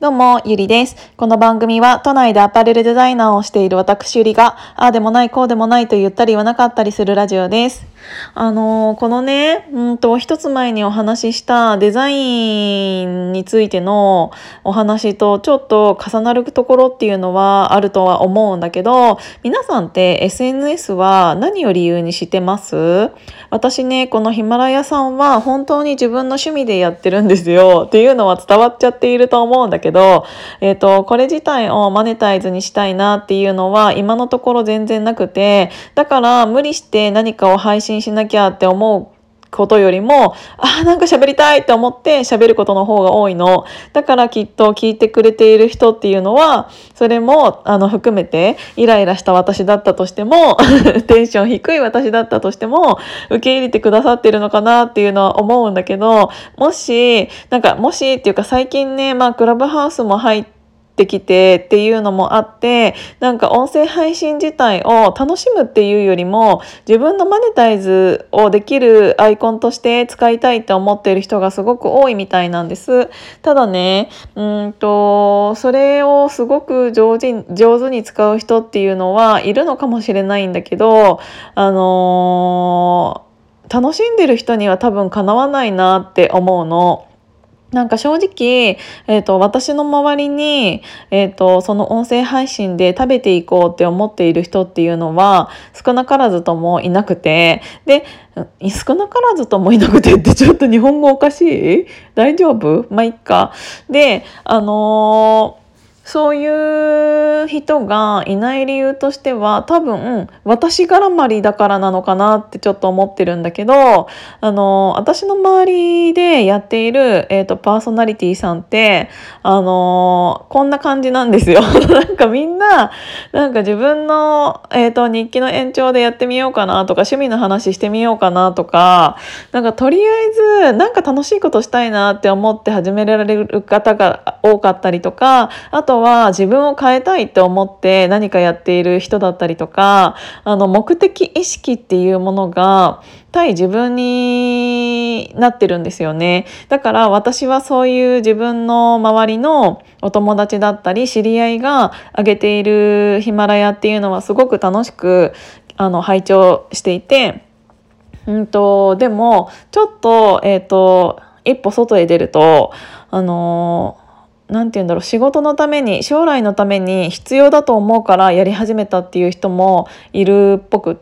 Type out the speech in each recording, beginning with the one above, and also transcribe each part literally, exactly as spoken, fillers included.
どうも、ゆりです。この番組は都内でアパレルデザイナーをしている私ゆりが、ああでもないこうでもないと言ったり言わなかったりするラジオです。あのー、このね、うんと、一つ前にお話ししたデザインについてのお話とちょっと重なるところっていうのはあるとは思うんだけど、皆さんって エスエヌエス は何を理由にしてます？私ね、このヒマラヤさんは本当に自分の趣味でやってるんですよっていうのは伝わっちゃっていると思うんだけど、えっと、これ自体をマネタイズにしたいなっていうのは今のところ全然なくて、だから無理して何かを配信しなきゃって思うことよりも、あーなんか喋りたいって思って喋ることの方が多いの。だからきっと聞いてくれている人っていうのは、それもあの含めてイライラした私だったとしても、テンション低い私だったとしても、受け入れてくださってるのかなっていうのは思うんだけど、もし、なんかもしっていうか最近ね、まあクラブハウスも入って、できてっていうのもあって、なんか音声配信自体を楽しむっていうよりも自分のマネタイズをできるアイコンとして使いたいって思っている人がすごく多いみたいなんです。ただね、うんとそれをすごく上手上手に使う人っていうのはいるのかもしれないんだけど、あのー楽しんでる人には多分かなわないなって思うの。なんか正直、えーと、私の周りに、えーと、その音声配信で食べていこうって思っている人っていうのは少なからずともいなくて、で、少なからずともいなくてってちょっと日本語おかしい？大丈夫？まあ、いっか。で、あのーそういう人がいない理由としては多分私絡まりだからなのかなってちょっと思ってるんだけど、あの私の周りでやっている、えーと、パーソナリティさんってあのこんな感じなんですよ。なんかみんななんか自分の、えーと、日記の延長でやってみようかなとか趣味の話してみようかなとか、なんかとりあえずなんか楽しいことしたいなって思って始められる方が多かったりとか、あとは自分を変えたいって思って何かやっている人だったりとか、あの目的意識っていうものが対自分になってるんですよね。だから私はそういう自分の周りのお友達だったり知り合いが上げているヒマラヤっていうのはすごく楽しくあの拝聴していて、うんとでもちょっとえっと一歩外へ出るとあのなんて言うんだろう、仕事のために将来のために必要だと思うからやり始めたっていう人もいるっぽくって、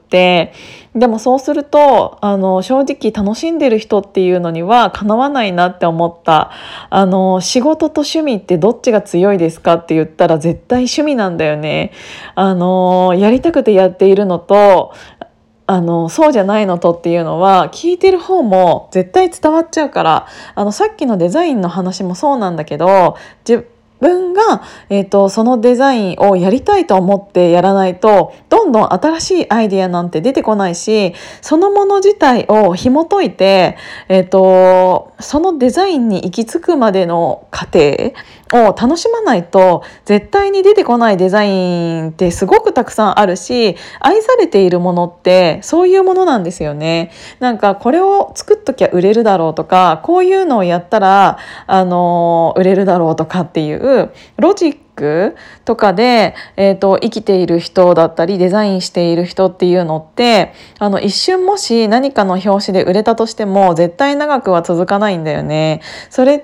でもそうするとあの正直楽しんでる人っていうのにはかなわないなって思った。あの仕事と趣味ってどっちが強いですかって言ったら絶対趣味なんだよね。あのやりたくてやっているのとあのそうじゃないのとっていうのは聞いてる方も絶対伝わっちゃうから、あのさっきのデザインの話もそうなんだけど、自分が、えーと、そのデザインをやりたいと思ってやらないとどんどん新しいアイディアなんて出てこないし、そのもの自体を紐解いて、えーと、そのデザインに行き着くまでの過程を楽しまないと絶対に出てこないデザインってすごくたくさんあるし、愛されているものってそういうものなんですよね。なんかこれを作っときゃ売れるだろうとか、こういうのをやったらあの売れるだろうとかっていうロジックとかで、えーと、生きている人だったりデザインしている人っていうのってあの一瞬もし何かの表紙で売れたとしても絶対長くは続かないんだよね。それって、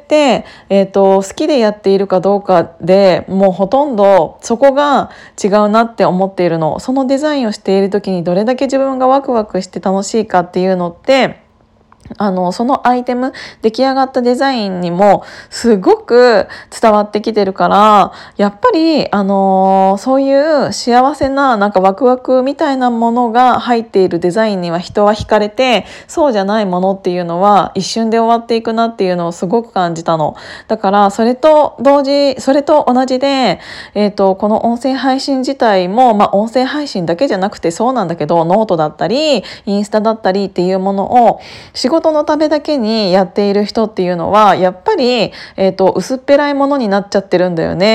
えーと、好きでやっているかどうかでもうほとんどそこが違うなって思っているの。そのデザインをしている時にどれだけ自分がワクワクして楽しいかっていうのってあのそのアイテム出来上がったデザインにもすごく伝わってきてるから、やっぱりあのそういう幸せななんかワクワクみたいなものが入っているデザインには人は惹かれて、そうじゃないものっていうのは一瞬で終わっていくなっていうのをすごく感じたの。だからそれと同時それと同じで、えーと、この音声配信自体も、まあ、音声配信だけじゃなくてそうなんだけど、ノートだったりインスタだったりっていうものを仕事のためだけにやっている人っていうのはやっぱり、えーと、薄っぺらいものになっちゃってるんだよね。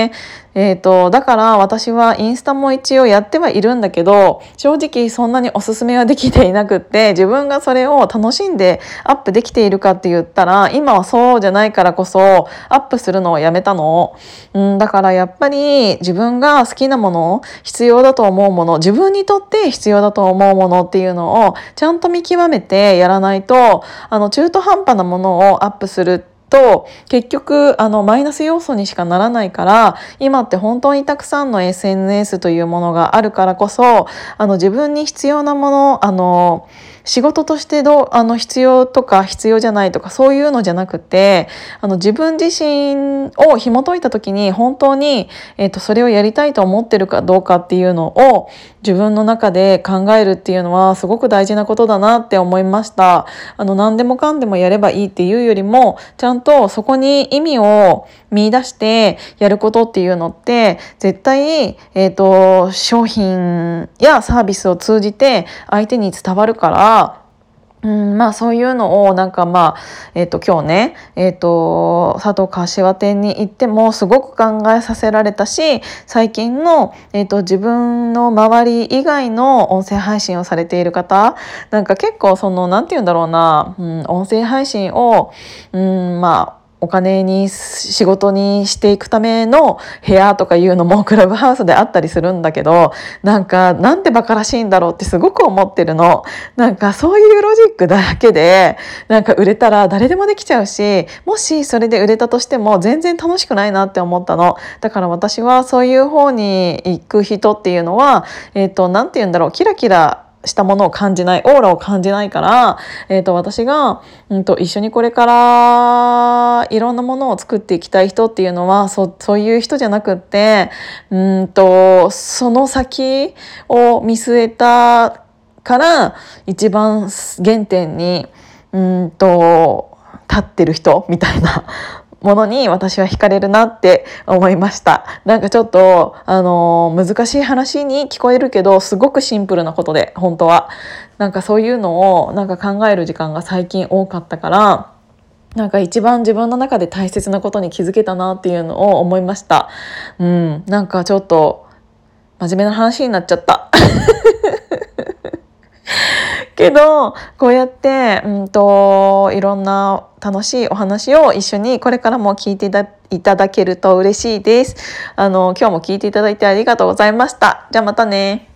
えーと、だから私はインスタも一応やってはいるんだけど、正直そんなにおすすめはできていなくって、自分がそれを楽しんでアップできているかって言ったら、今はそうじゃないからこそアップするのをやめたの。うん、だからやっぱり自分が好きなもの、必要だと思うもの、自分にとって必要だと思うものっていうのをちゃんと見極めてやらないと、あの中途半端なものをアップすると結局あのマイナス要素にしかならないから、今って本当にたくさんの エスエヌエス というものがあるからこそ、あの自分に必要なもの、あの仕事としてどうあの必要とか必要じゃないとかそういうのじゃなくて、あの自分自身を紐解いた時に本当に、えーと、それをやりたいと思ってるかどうかっていうのを自分の中で考えるっていうのはすごく大事なことだなって思いました。あの何でもかんでもやればいいっていうよりも、ちゃんとそこに意味を見出してやることっていうのって絶対、えーと、商品やサービスを通じて相手に伝わるから、うん、まあそういうのをなんかまあ、えっと今日ね、えっと佐藤柏店に行ってもすごく考えさせられたし、最近の、えっと自分の周り以外の音声配信をされている方、なんか結構そのなんて言うんだろうな、うん、音声配信を、うん、まあお金に仕事にしていくための部屋とかいうのもクラブハウスであったりするんだけど、なんかなんてバカらしいんだろうってすごく思ってるの。なんかそういうロジックだけでなんか売れたら誰でもできちゃうし、もしそれで売れたとしても全然楽しくないなって思ったの。だから私はそういう方に行く人っていうのは、えっとなんて言うんだろう、キラキラしたものを感じない、オーラを感じないから、えーと、私が、うんと、一緒にこれからいろんなものを作っていきたい人っていうのは、そ、そういう人じゃなくって、うんと、その先を見据えたから一番原点に、うんと、立ってる人みたいなものに私は惹かれるなって思いました。なんかちょっとあの難しい話に聞こえるけど、すごくシンプルなことで、本当はなんかそういうのをなんか考える時間が最近多かったから、なんか一番自分の中で大切なことに気づけたなっていうのを思いました。うん、なんかちょっと真面目な話になっちゃったけど、こうやって、うんと、いろんな楽しいお話を一緒にこれからも聞いていただけると嬉しいです。あの、今日も聞いていただいてありがとうございました。じゃあまたね。